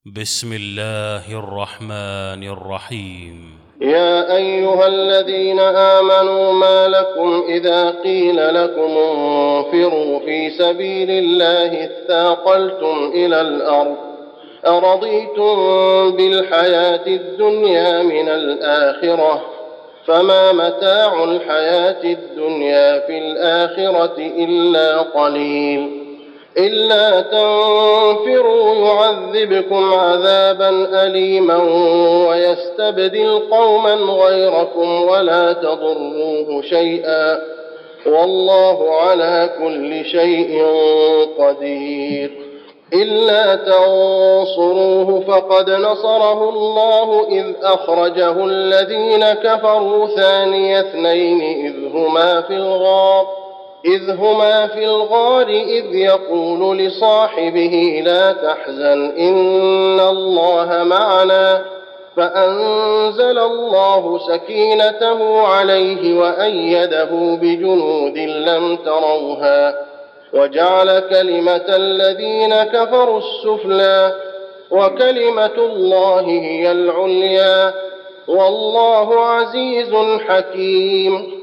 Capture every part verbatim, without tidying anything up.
بسم الله الرحمن الرحيم. يا أيها الذين آمنوا ما لكم إذا قيل لكم انفروا في سبيل الله اثاقلتم إلى الأرض أرضيتم بالحياة الدنيا من الآخرة فما متاع الحياة الدنيا في الآخرة إلا قليل إلا تنفروا يعذبكم عذابا أليما ويستبدل قوما غيركم ولا تضروه شيئا والله على كل شيء قدير. إلا تنصروه فقد نصره الله إذ أخرجه الذين كفروا ثاني اثنين إذ هما في الغار إذ هما في الغار إذ يقول لصاحبه لا تحزن إن الله معنا فأنزل الله سكينته عليه وأيده بجنود لم تروها وجعل كلمة الذين كفروا السفلى وكلمة الله هي العليا والله عزيز حكيم.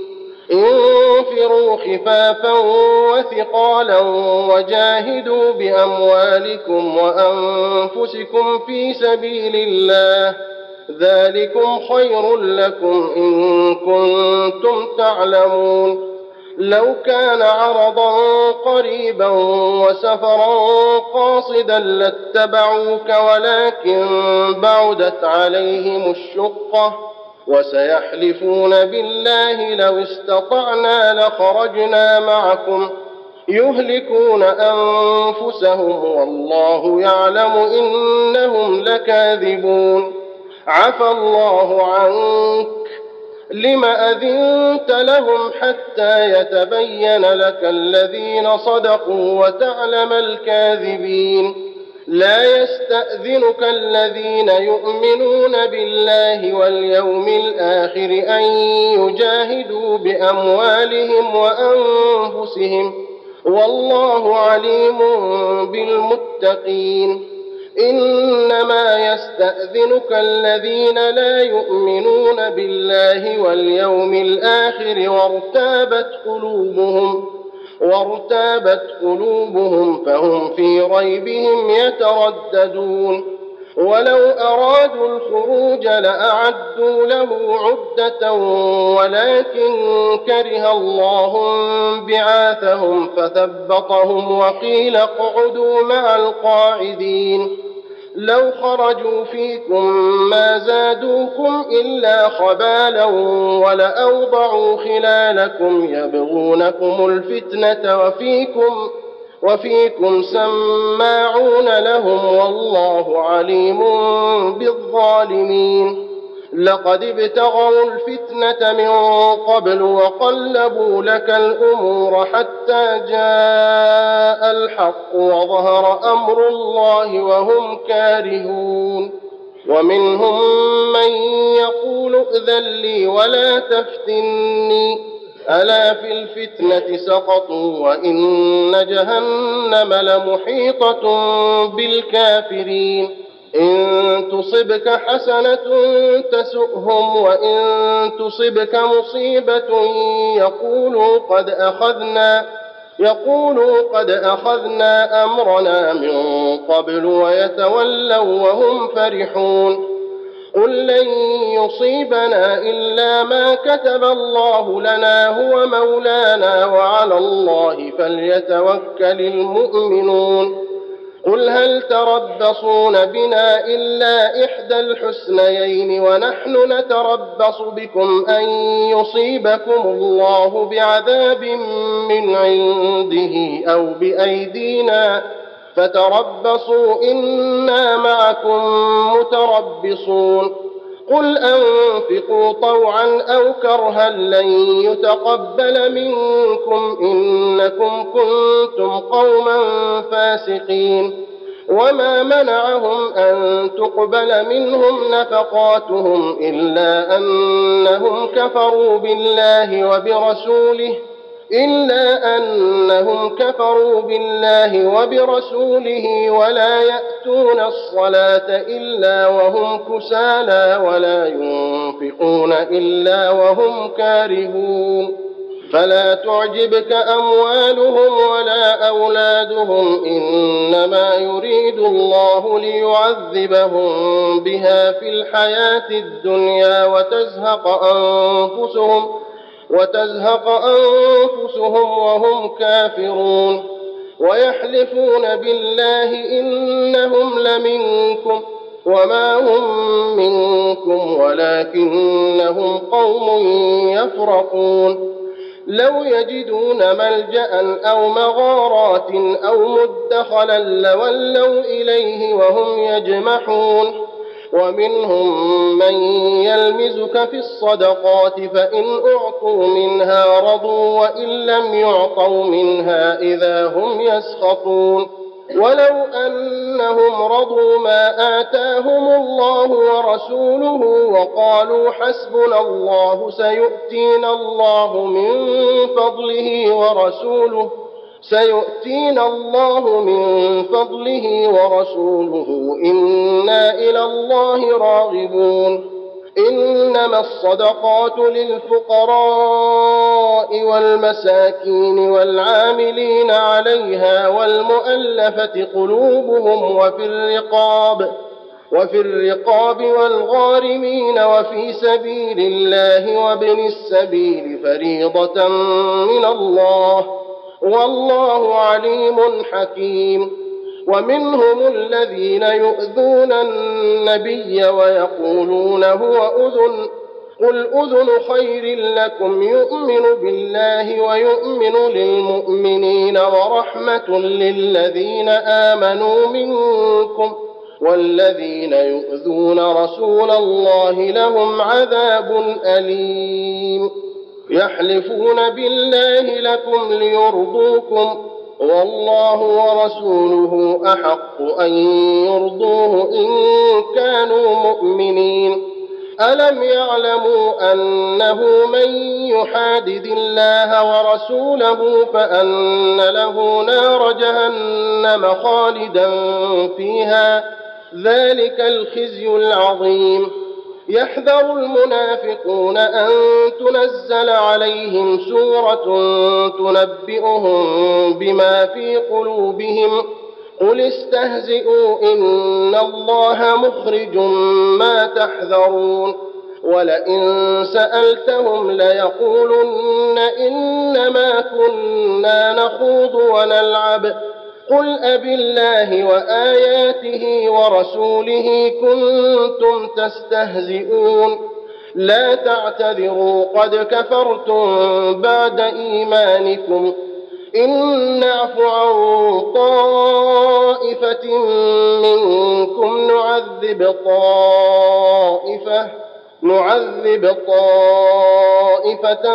انفروا خفافا وثقالا وجاهدوا بأموالكم وأنفسكم في سبيل الله ذلكم خير لكم إن كنتم تعلمون. لو كان عرضا قريبا وسفرا قاصدا لاتبعوك ولكن بعدت عليهم الشقة وسيحلفون بالله لو استطعنا لخرجنا معكم يهلكون أنفسهم والله يعلم إنهم لكاذبون. عفى الله عنك لم أذنت لهم حتى يتبين لك الذين صدقوا وتعلم الكاذبين. لا يستأذنك الذين يؤمنون بالله واليوم الآخر أن يجاهدوا بأموالهم وأنفسهم والله عليم بالمتقين. إنما يستأذنك الذين لا يؤمنون بالله واليوم الآخر وارتابت قلوبهم وارتابت قلوبهم فهم في ريبهم يترددون. ولو أرادوا الخروج لأعدوا له عدة ولكن كره الله بعاثهم فثبطهم وقيل اقعدوا مع القاعدين. لو خرجوا فيكم ما زادوكم إلا خبالا ولأوضعوا خلالكم يبغونكم الفتنة وفيكم وفيكم سماعون لهم والله عليم بالظالمين. لقد ابتغوا الفتنة من قبل وقلبوا لك الأمور حتى جاء الحق وظهر أمر الله وهم كارهون. ومنهم من يقول ائذن لي ولا تفتني ألا في الفتنة سقطوا وإن جهنم لمحيطة بالكافرين. إن تصبك حسنة تسؤهم وإن تصبك مصيبة يقولوا قد أخذنا يقولوا قد أخذنا أمرنا من قبل ويتولوا وهم فرحون. قل لن يصيبنا إلا ما كتب الله لنا هو مولانا وعلى الله فليتوكل المؤمنون. قل هل تربصون بنا إلا إحدى الحسنيين ونحن نتربص بكم أن يصيبكم الله بعذاب من عنده أو بأيدينا فتربصوا إنا معكم متربصون. قل أنفقوا طوعا أو كرها لن يتقبل منكم إنكم كنتم قوما فاسقين. وما منعهم أن تقبل منهم نفقاتهم إلا أنهم كفروا بالله وبرسوله إلا أنهم كفروا بالله وبرسوله ولا يأتون الصلاة إلا وهم كسالى ولا ينفقون إلا وهم كارهون فلا تعجبك أموالهم ولا أولادهم إنما يريد الله ليعذبهم بها في الحياة الدنيا وتزهق أنفسهم وتزهق أنفسهم وهم كافرون ويحلفون بالله إنهم لمنكم وما هم منكم ولكنهم قوم يفرقون لو يجدون ملجأ أو مغارات أو مدخلا لولوا إليه وهم يجمحون ومنهم من يلمزك في الصدقات فإن أعطوا منها رضوا وإن لم يعطوا منها إذا هم يسخطون ولو أنهم رضوا ما آتاهم الله ورسوله وقالوا حسبنا الله سيؤتينا الله من فضله ورسوله سيؤتينا الله من فضله ورسوله إنا إلى الله راغبون إنما الصدقات للفقراء والمساكين والعاملين عليها والمؤلفة قلوبهم وفي الرقاب وفي الرقاب والغارمين وفي سبيل الله وابن السبيل فريضة من الله والله عليم حكيم ومنهم الذين يؤذون النبي ويقولون هو أذن قل أذن خير لكم يؤمن بالله ويؤمن للمؤمنين ورحمة للذين آمنوا منكم والذين يؤذون رسول الله لهم عذاب أليم يحلفون بالله لكم ليرضوكم والله ورسوله أحق أن يرضوه إن كانوا مؤمنين ألم يعلموا أنه من يحادد الله ورسوله فأن له نار جهنم خالدا فيها ذلك الخزي العظيم يحذر المنافقون أن تنزل عليهم سورة تنبئهم بما في قلوبهم قل استهزئوا إن الله مخرج ما تحذرون ولئن سألتهم ليقولن إنما كنا نخوض ونلعب قل أبالله وآياته ورسوله كنتم تستهزئون لا تعتذروا قد كفرتم بعد إيمانكم إن نعف عن طائفة منكم نعذب طائفة نعذب طائفة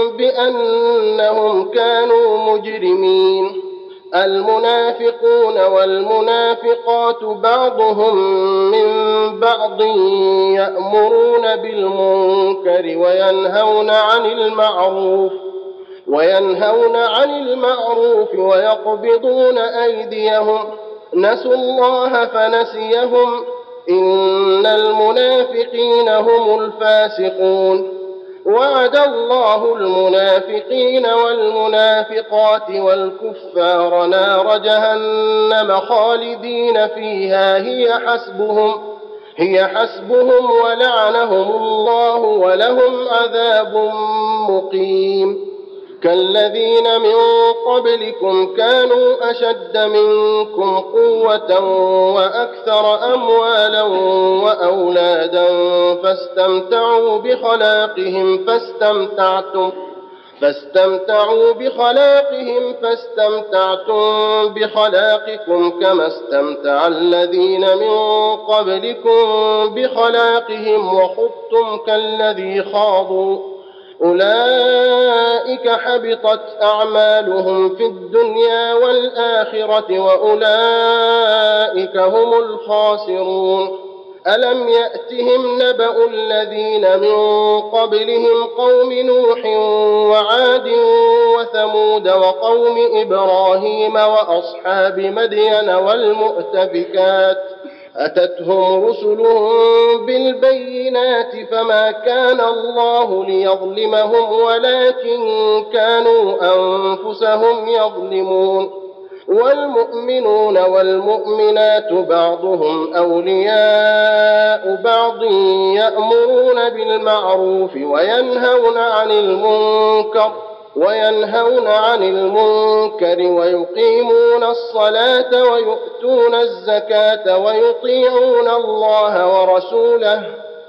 بأنهم كانوا مجرمين المنافقون والمنافقات بعضهم من بعض يأمرون بالمنكر وينهون عن المعروف وينهون عن المعروف ويقبضون أيديهم نسوا الله فنسيهم إن المنافقين هم الفاسقون وعد الله المنافقين والمنافقات والكفار نار جهنم خالدين فيها هي حسبهم هي حسبهم ولعنهم الله ولهم عذاب مقيم كالذين من قبلكم كانوا أشد منكم قوة وأكثر أموالا وأولادا فاستمتعوا بخلاقهم فاستمتعتم فاستمتعوا بخلاقهم فاستمتعتم بخلاقكم كما استمتع الذين من قبلكم بخلاقهم وخضتم كالذي خاضوا أولئك حبطت أعمالهم في الدنيا والآخرة وأولئك هم الخاسرون ألم يأتهم نبأ الذين من قبلهم قوم نوح وعاد وثمود وقوم إبراهيم وأصحاب مدين والمؤتفكات أتتهم رسلهم بالبينات فما كان الله ليظلمهم ولكن كانوا أنفسهم يظلمون والمؤمنون والمؤمنات بعضهم أولياء بعض يأمرون بالمعروف وينهون عن المنكر وينهون عن المنكر ويقيمون الصلاة ويؤتون الزكاة ويطيعون الله ورسوله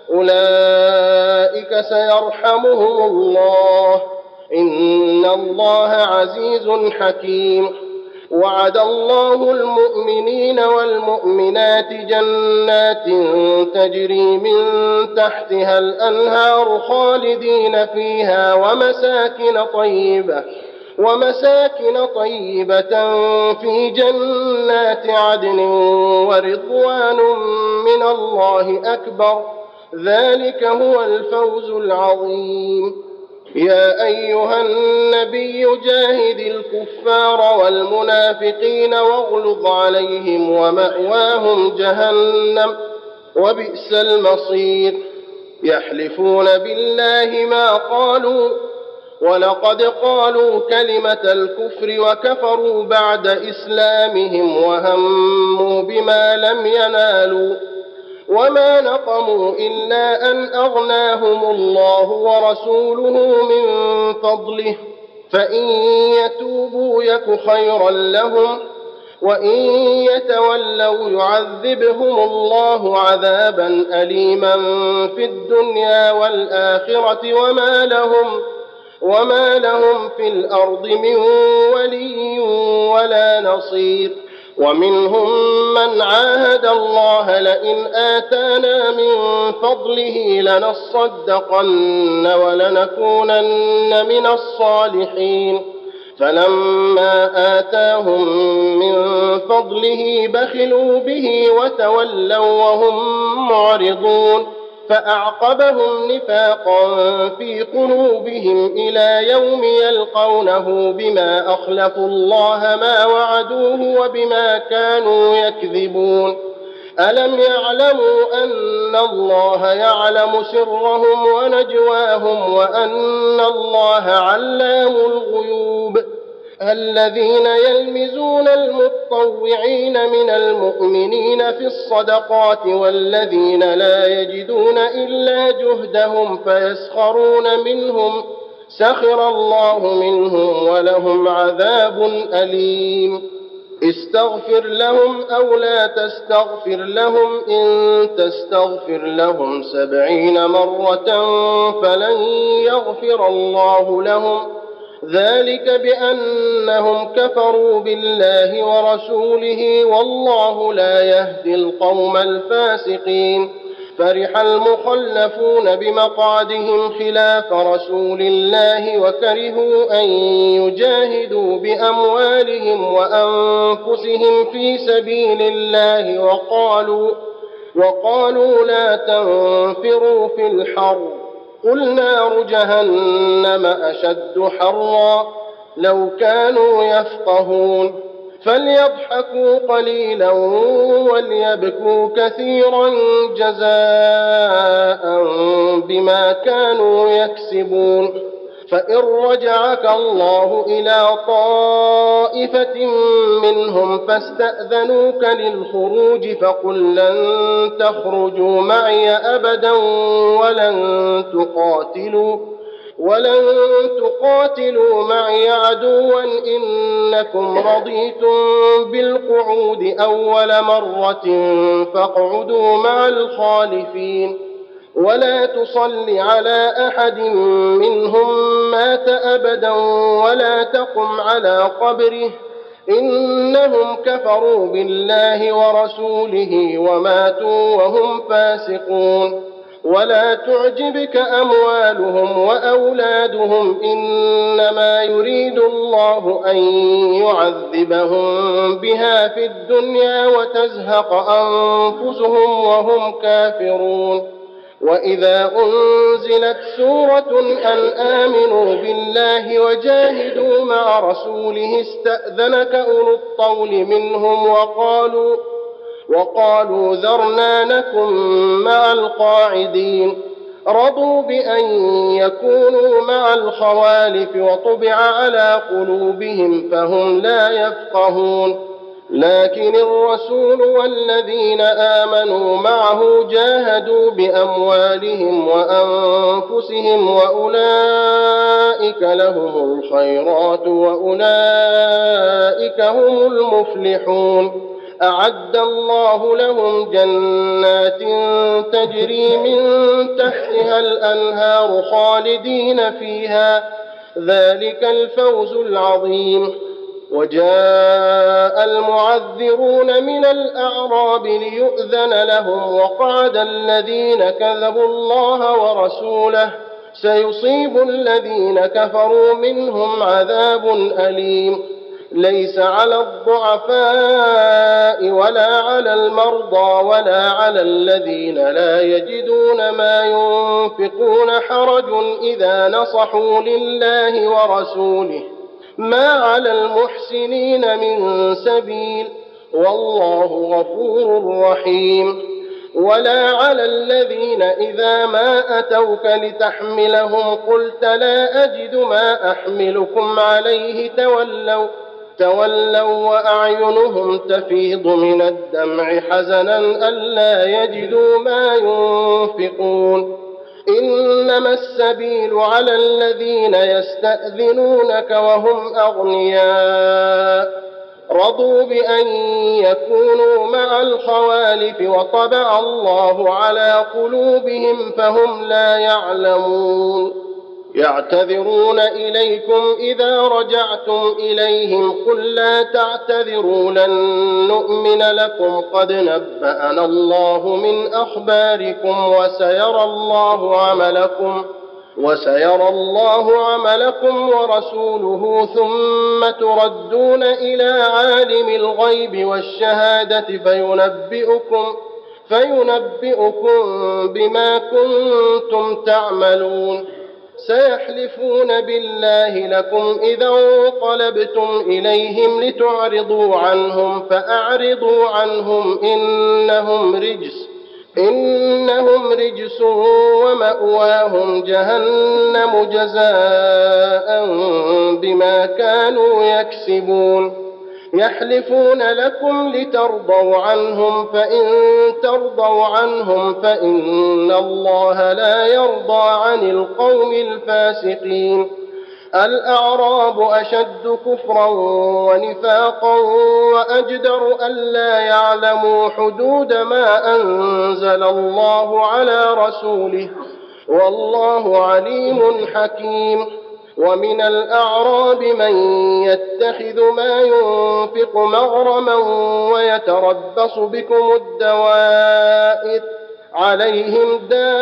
أولئك سيرحمهم الله إن الله عزيز حكيم وعد الله المؤمنين والمؤمنات جنات تجري من تحتها الأنهار خالدين فيها ومساكن طيبة ومساكن طيبة في جنات عدن ورضوان من الله أكبر ذلك هو الفوز العظيم يا أيها النبي جاهد الكفار والمنافقين واغلظ عليهم ومأواهم جهنم وبئس المصير يحلفون بالله ما قالوا ولقد قالوا كلمة الكفر وكفروا بعد إسلامهم وهموا بما لم ينالوا وما نقموا إلا أن أغناهم الله ورسوله من فضله فإن يتوبوا يك خيرا لهم وإن يتولوا يعذبهم الله عذابا أليما في الدنيا والآخرة وما لهم وما لهم في الأرض من ولي ولا نصير ومنهم من عاهد الله لئن آتانا من فضله لنصدقن ولنكونن من الصالحين فلما آتاهم من فضله بخلوا به وتولوا وهم معرضون فأعقبهم نفاقا في قلوبهم إلى يوم يلقونه بما أخلفوا الله ما وعدوه وبما كانوا يكذبون ألم يعلموا أن الله يعلم سرهم ونجواهم وأن الله علام الغيوب الذين يلمزون المتطوعين من المؤمنين في الصدقات والذين لا يجدون إلا جهدهم فيسخرون منهم سخر الله منهم ولهم عذاب أليم استغفر لهم أو لا تستغفر لهم إن تستغفر لهم سبعين مرة فلن يغفر الله لهم ذلك بأنهم كفروا بالله ورسوله والله لا يهدي القوم الفاسقين فرح المخلفون بمقعدهم خلاف رسول الله وكرهوا أن يجاهدوا بأموالهم وأنفسهم في سبيل الله وقالوا وقالوا لا تنفروا في الحر قل نار جهنم أشد حرا لو كانوا يفقهون فليضحكوا قليلا وليبكوا كثيرا جزاء بما كانوا يكسبون فإن رجعك الله إلى طائفة منهم فاستأذنوك للخروج فقل لن تخرجوا معي أبدا ولن تقاتلوا ولن تقاتلوا معي عدوا إنكم رضيتم بالقعود أول مرة فاقعدوا مع الخالفين ولا تصل على أحد منهم مات أبدا ولا تقم على قبره إنهم كفروا بالله ورسوله وماتوا وهم فاسقون ولا تعجبك أموالهم وأولادهم إنما يريد الله أن يعذبهم بها في الدنيا وتزهق أنفسهم وهم كافرون. وإذا أنزلت سورة أن آمنوا بالله وجاهدوا مع رسوله استأذنك أولو الطول منهم وقالوا وقالوا ذرنا نكن مع القاعدين. رضوا بأن يكونوا مع الخوالف وطبع على قلوبهم فهم لا يفقهون. لكن الرسول والذين آمنوا معه جاهدوا بأموالهم وأنفسهم وأولئك لهم الخيرات وأولئك هم المفلحون. أعد الله لهم جنات تجري من تحتها الأنهار خالدين فيها ذلك الفوز العظيم. وجاء المعذرون من الأعراب ليؤذن لهم وقعد الذين كذبوا الله ورسوله سيصيب الذين كفروا منهم عذاب أليم. ليس على الضعفاء ولا على المرضى ولا على الذين لا يجدون ما ينفقون حرج إذا نصحوا لله ورسوله ما على المحسنين من سبيل والله غفور رحيم. ولا على الذين إذا ما أتوك لتحملهم قلت لا أجد ما أحملكم عليه تولوا تولوا وأعينهم تفيض من الدمع حزنا ألا يجدوا ما ينفقون. إنما السبيل على الذين يستأذنونك وهم أغنياء رضوا بأن يكونوا مع الخوالف وطبع الله على قلوبهم فهم لا يعلمون. يعتذرون إليكم إذا رجعتم إليهم قل لا تعتذروا لن نؤمن لكم قد نبأنا الله من أخباركم وسيرى الله عملكم وسيرى الله عملكم ورسوله ثم تردون إلى عالم الغيب والشهادة فينبئكم فينبئكم بما كنتم تعملون. سيحلفون بالله لكم إذا انقلبتم إليهم لتعرضوا عنهم فأعرضوا عنهم إنهم رجس إنهم رجس ومأواهم جهنم جزاء بما كانوا يكسبون. يحلفون لكم لترضوا عنهم فإن ترضوا عنهم فإن الله لا يرضى عن القوم الفاسقين. الأعراب أشد كفرا ونفاقا وأجدر ألا يعلموا حدود ما أنزل الله على رسوله والله عليم حكيم. ومن الأعراب من يتخذ ما ينفق مغرما ويتربص بكم الدوائر عليهم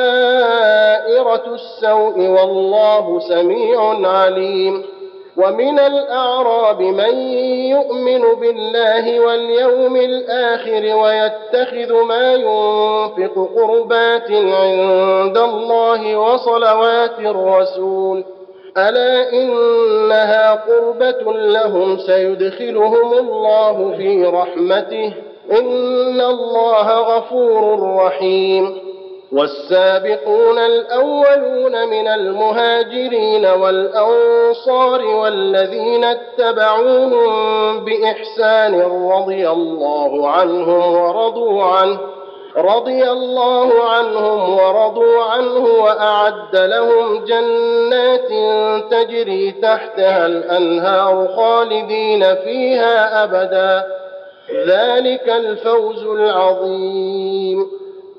دائرة السوء والله سميع عليم. ومن الأعراب من يؤمن بالله واليوم الآخر ويتخذ ما ينفق قربات عند الله وصلوات الرسول ألا إنها قربة لهم سيدخلهم الله في رحمته إن الله غفور رحيم. والسابقون الأولون من المهاجرين والأنصار والذين اتبعوهم بإحسان رضي الله عنهم ورضوا عنه رضي الله عنهم ورضوا عنه وأعد لهم جنات تجري تحتها الأنهار خالدين فيها أبدا ذلك الفوز العظيم.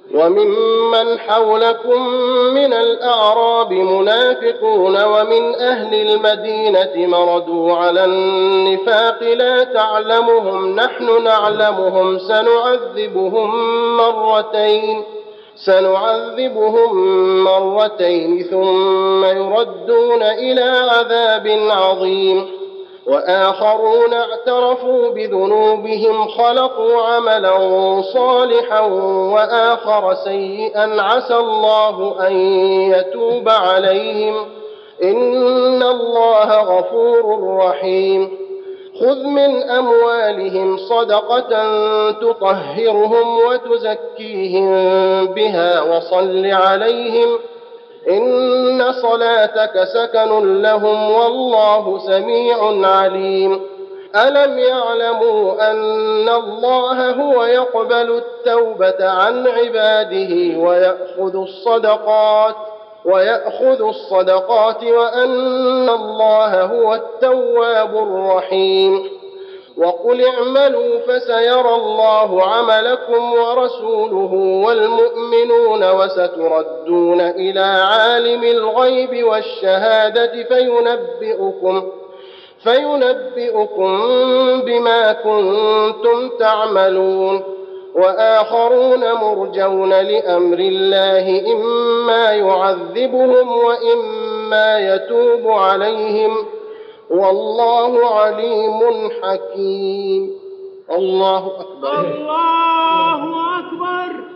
وممن حولكم من الأعراب منافقون ومن أهل المدينة مردوا على النفاق لا تعلمهم نحن نعلمهم سنعذبهم مرتين سنعذبهم مرتين ثم يردون إلى عذاب عظيم وآخرون اعترفوا بذنوبهم خلقوا عملا صالحا وآخر سيئا عسى الله أن يتوب عليهم إن الله غفور رحيم خذ من أموالهم صدقة تطهرهم وتزكيهم بها وصل عليهم إن صلاتك سكن لهم والله سميع عليم ألم يعلموا أن الله هو يقبل التوبة عن عباده ويأخذ الصدقات ويأخذ الصدقات وأن الله هو التواب الرحيم وقل اعملوا فسيرى الله عملكم ورسوله والمؤمنون وستردون إلى عالم الغيب والشهادة فينبئكم فينبئكم بما كنتم تعملون وآخرون مرجون لأمر الله إما يعذبهم وإما يتوب عليهم والله عليم حكيم الله أكبر الله أكبر.